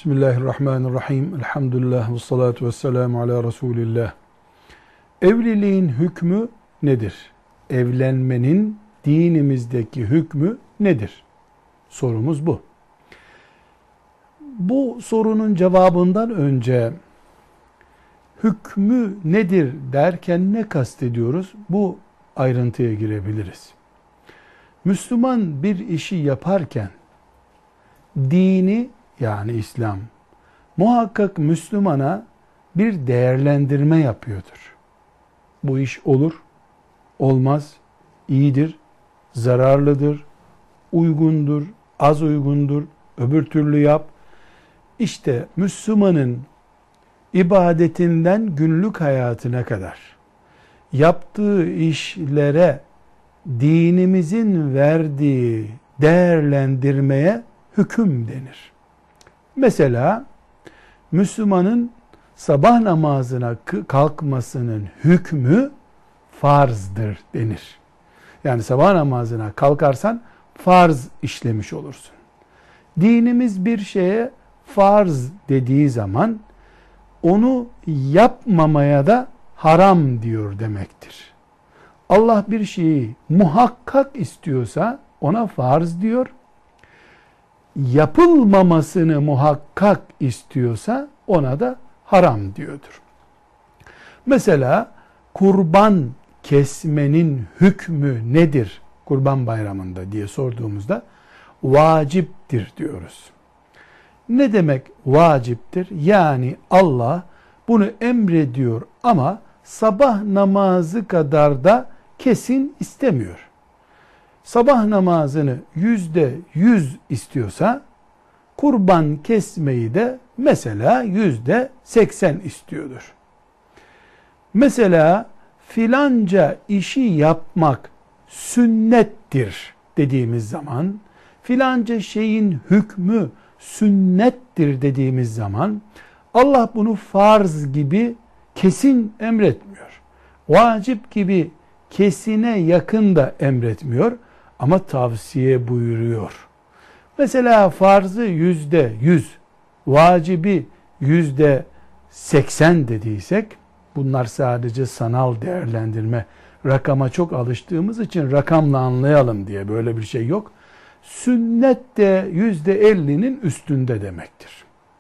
Bismillahirrahmanirrahim. Elhamdülillah ve salatu ve selamu ala Resulillah. Evliliğin hükmü nedir? Evlenmenin dinimizdeki hükmü nedir? Sorumuz bu. Bu sorunun cevabından önce hükmü nedir derken ne kastediyoruz? Bu ayrıntıya girebiliriz. Müslüman bir işi yaparken dini, yani İslam, muhakkak Müslümana bir değerlendirme yapıyordur. Bu iş olur, olmaz, iyidir, zararlıdır, uygundur, az uygundur, öbür türlü yap. İşte Müslümanın ibadetinden günlük hayatına kadar yaptığı işlere dinimizin verdiği değerlendirmeye hüküm denir. Mesela Müslümanın sabah namazına kalkmasının hükmü farzdır denir. Yani sabah namazına kalkarsan farz işlemiş olursun. Dinimiz bir şeye farz dediği zaman onu yapmamaya da haram diyor demektir. Allah bir şeyi muhakkak istiyorsa ona farz diyor. Yapılmamasını muhakkak istiyorsa ona da haram diyordur. Mesela kurban kesmenin hükmü nedir Kurban Bayramı'nda diye sorduğumuzda vaciptir diyoruz. Ne demek vaciptir? Yani Allah bunu emrediyor ama sabah namazı kadar da kesin istemiyor. Sabah namazını %100 istiyorsa kurban kesmeyi de mesela %80 istiyordur. Mesela filanca işi yapmak sünnettir dediğimiz zaman, filanca şeyin hükmü sünnettir dediğimiz zaman Allah bunu farz gibi kesin emretmiyor. Vacip gibi kesine yakın da emretmiyor. Ama tavsiye buyuruyor. Mesela farzı %100, vacibi %80 dediysek, bunlar sadece sanal değerlendirme, rakama çok alıştığımız için rakamla anlayalım diye böyle bir şey yok. Sünnet de %50'nin üstünde demektir.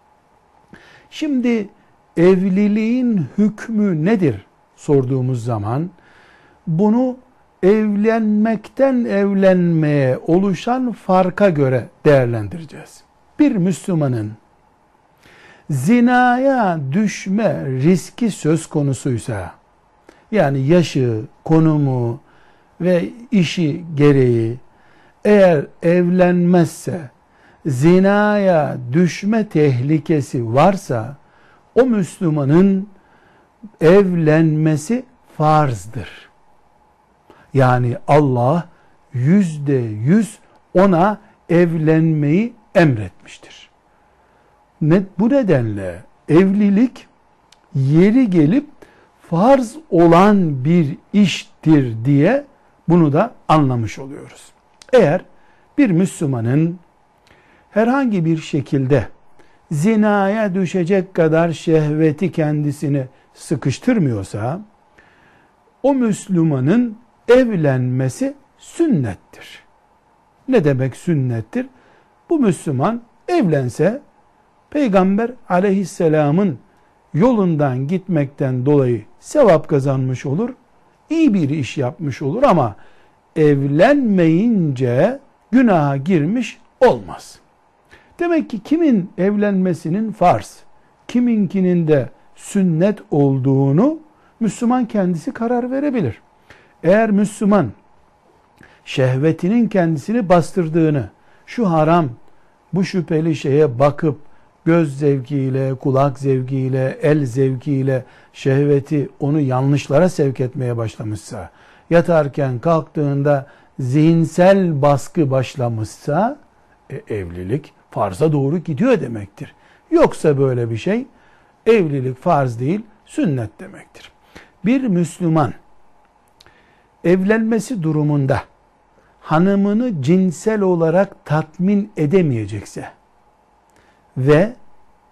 Şimdi evliliğin hükmü nedir sorduğumuz zaman, bunu evlenmekten evlenmeye oluşan farka göre değerlendireceğiz. Bir Müslümanın zinaya düşme riski söz konusuysa, yani yaşı, konumu ve işi gereği eğer evlenmezse zinaya düşme tehlikesi varsa o Müslümanın evlenmesi farzdır. Yani Allah %100 ona evlenmeyi emretmiştir. Bu nedenle evlilik yeri gelip farz olan bir iştir diye bunu da anlamış oluyoruz. Eğer bir Müslümanın herhangi bir şekilde zinaya düşecek kadar şehveti kendisini sıkıştırmıyorsa, o Müslümanın evlenmesi sünnettir. Ne demek sünnettir? Bu Müslüman evlense Peygamber aleyhisselamın yolundan gitmekten dolayı sevap kazanmış olur, iyi bir iş yapmış olur ama evlenmeyince günaha girmiş olmaz. Demek ki kimin evlenmesinin farz, kiminkinin de sünnet olduğunu Müslüman kendisi karar verebilir. Eğer Müslüman şehvetinin kendisini bastırdığını, şu haram, bu şüpheli şeye bakıp göz zevkiyle, kulak zevkiyle, el zevkiyle şehveti onu yanlışlara sevk etmeye başlamışsa, yatarken kalktığında zihinsel baskı başlamışsa, evlilik farza doğru gidiyor demektir. Yoksa böyle bir şey, evlilik farz değil, sünnet demektir. Bir Müslüman evlenmesi durumunda hanımını cinsel olarak tatmin edemeyecekse ve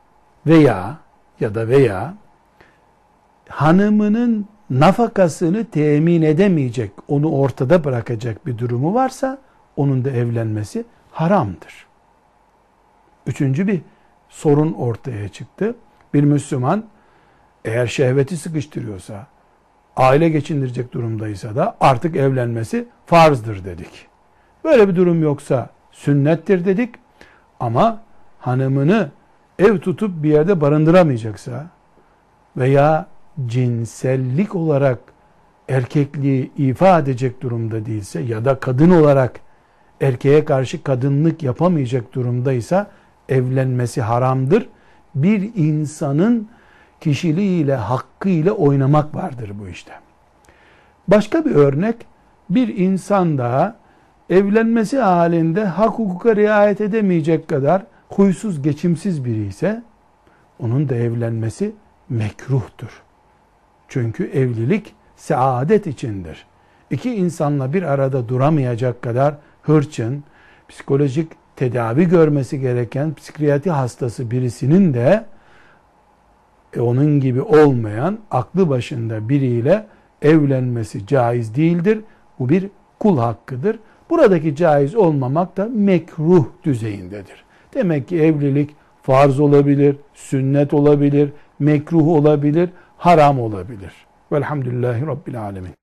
veya hanımının nafakasını temin edemeyecek, onu ortada bırakacak bir durumu varsa onun da evlenmesi haramdır. Üçüncü bir sorun ortaya çıktı. Bir Müslüman eğer şehveti sıkıştırıyorsa, aile geçindirecek durumdaysa da artık evlenmesi farzdır dedik. Böyle bir durum yoksa sünnettir dedik. Ama hanımını ev tutup bir yerde barındıramayacaksa veya cinsellik olarak erkekliği ifa edecek durumda değilse ya da kadın olarak erkeğe karşı kadınlık yapamayacak durumdaysa evlenmesi haramdır. Bir insanın kişiliğiyle, hakkıyla oynamak vardır bu işte. Başka bir örnek, bir insan da evlenmesi halinde hak hukuka riayet edemeyecek kadar huysuz, geçimsiz biri ise onun da evlenmesi mekruhtur. Çünkü evlilik saadet içindir. İki insanla bir arada duramayacak kadar hırçın, psikolojik tedavi görmesi gereken psikiyatri hastası birisinin de onun gibi olmayan aklı başında biriyle evlenmesi caiz değildir. Bu bir kul hakkıdır. Buradaki caiz olmamak da mekruh düzeyindedir. Demek ki evlilik farz olabilir, sünnet olabilir, mekruh olabilir, haram olabilir. Velhamdülillahi Rabbil Alemin.